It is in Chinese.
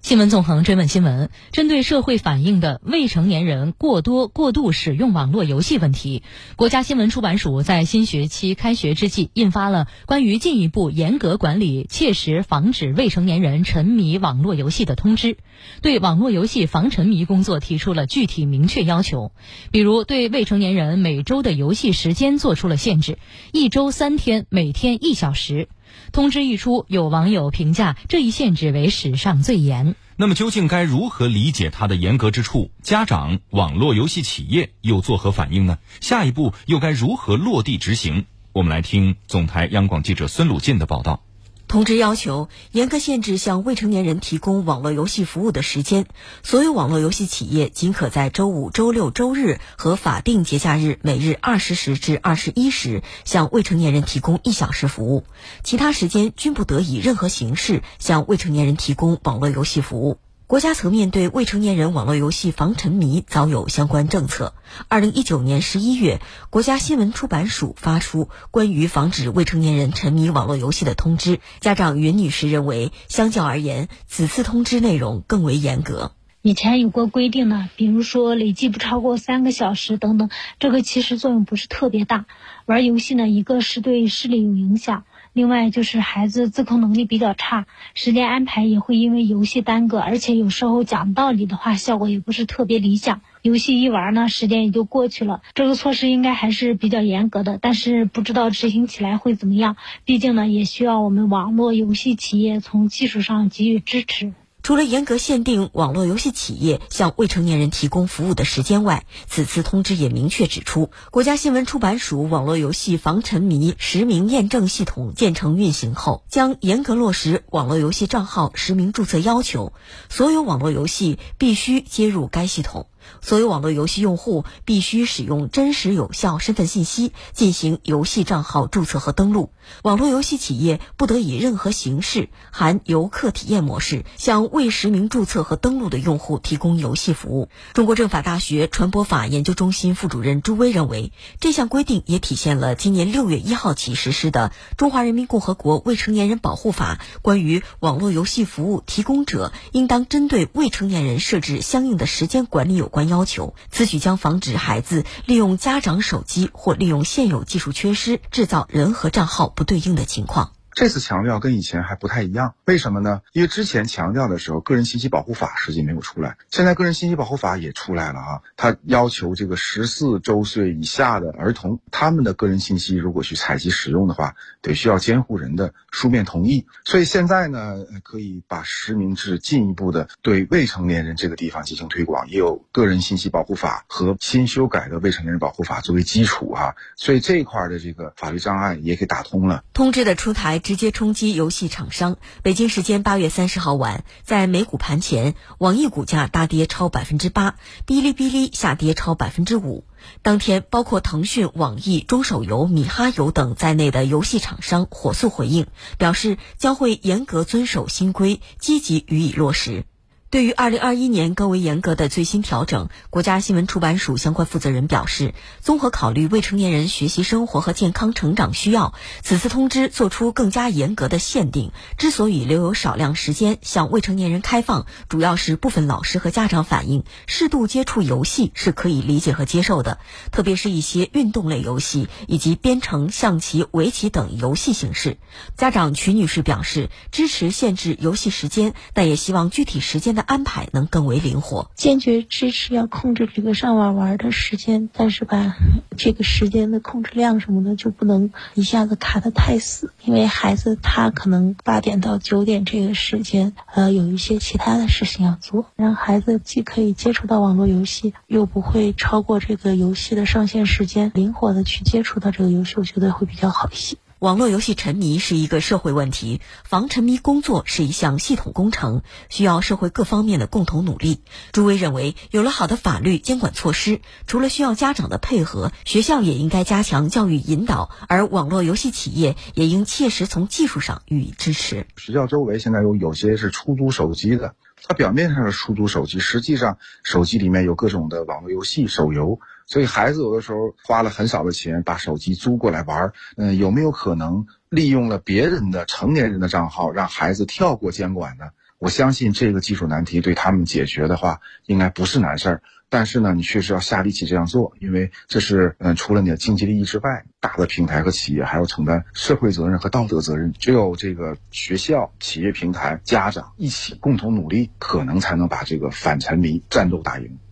新闻纵横追问新闻，针对社会反映的未成年人过多过度使用网络游戏问题，国家新闻出版署在新学期开学之际印发了关于进一步严格管理、切实防止未成年人沉迷网络游戏的通知，对网络游戏防沉迷工作提出了具体明确要求，比如对未成年人每周的游戏时间做出了限制，1周3天，每天1小时。通知一出，有网友评价这一限制为史上最严。 那么究竟该如何理解它的严格之处？家长、网络游戏企业又作何反应呢？下一步又该如何落地执行？我们来听总台央广记者孙鲁进的报道。 通知要求严格限制向未成年人提供网络游戏服务的时间，所有网络游戏企业仅可在周五、周六、周日和法定节假日每日20时至21时向未成年人提供1小时服务，其他时间均不得以任何形式向未成年人提供网络游戏服务。国家层面对未成年人网络游戏防沉迷早有相关政策。2019年11月，国家新闻出版署发出关于防止未成年人沉迷网络游戏的通知。家长云女士认为，相较而言，此次通知内容更为严格。 以前有过规定呢，比如说累计不超过3个小时等等，这个其实作用不是特别大。玩游戏呢，一个是对视力有影响，另外就是孩子自控能力比较差，时间安排也会因为游戏耽搁，而且有时候讲道理的话效果也不是特别理想，游戏一玩呢时间也就过去了。这个措施应该还是比较严格的，但是不知道执行起来会怎么样，毕竟呢也需要我们网络游戏企业从技术上给予支持。 除了严格限定网络游戏企业向未成年人提供服务的时间外，此次通知也明确指出，国家新闻出版署网络游戏防沉迷实名验证系统建成运行后，将严格落实网络游戏账号实名注册要求，所有网络游戏必须接入该系统。所有网络游戏用户必须使用真实有效身份信息进行游戏账号注册和登录。网络游戏企业不得以任何形式含游客体验模式向未实名注册和登录的用户提供游戏服务。中国政法大学传播法研究中心副主任朱威认为，这项规定也体现了今年6月1号起实施的《中华人民共和国未成年人保护法》关于网络游戏服务提供者应当针对未成年人设置相应的时间管理有关要求，此举将防止孩子利用家长手机或利用现有技术缺失制造人和账号不对应的情况。 这次强调跟以前还不太一样，为什么呢？因为之前强调的时候，个人信息保护法实际没有出来，现在个人信息保护法也出来了啊。它要求这个14周岁以下的儿童，他们的个人信息如果去采集使用的话，得需要监护人的书面同意。所以现在呢，可以把实名制进一步的对未成年人这个地方进行推广，也有个人信息保护法和新修改的未成年人保护法作为基础啊。所以这一块的这个法律障碍也给打通了。 通知的出台直接冲击游戏厂商。北京时间8月30号晚，在美股盘前，网易股价大跌超 8%， 哔哩哔哩下跌超 5%。当天，包括腾讯、网易、中手游、米哈游等在内的游戏厂商火速回应，表示将会严格遵守新规，积极予以落实。对于2021年更为严格的最新调整，国家新闻出版署相关负责人表示，综合考虑未成年人学习生活和健康成长需要，此次通知做出更加严格的限定。之所以留有少量时间向未成年人开放，主要是部分老师和家长反映，适度接触游戏是可以理解和接受的，特别是一些运动类游戏以及编程、象棋、围棋等游戏形式。家长曲女士表示，支持限制游戏时间，但也希望具体时间的安排能更为灵活。 坚决支持要控制这个上网玩的时间，但是吧，这个时间的控制量什么的就不能一下子卡得太死，因为孩子他可能8点到9点这个时间，有一些其他的事情要做，让孩子既可以接触到网络游戏，又不会超过这个游戏的上线时间，灵活的去接触到这个游戏，我觉得会比较好一些。 网络游戏沉迷是一个社会问题，防沉迷工作是一项系统工程，需要社会各方面的共同努力。朱威认为，有了好的法律监管措施，除了需要家长的配合，学校也应该加强教育引导，而网络游戏企业也应切实从技术上予以支持。 学校周围现在有些是出租手机的，它表面上是出租手机，实际上手机里面有各种的网络游戏、手游，所以孩子有的时候花了很少的钱把手机租过来玩，有没有可能利用了别人的成年人的账号，让孩子跳过监管呢？ 我相信这个技术难题对他们解决的话，应该不是难事儿。但是呢，你确实要下力气这样做，因为这是除了你的经济利益之外，大的平台和企业还要承担社会责任和道德责任。只有这个学校、企业、平台、家长一起共同努力，可能才能把这个反沉迷战斗打赢。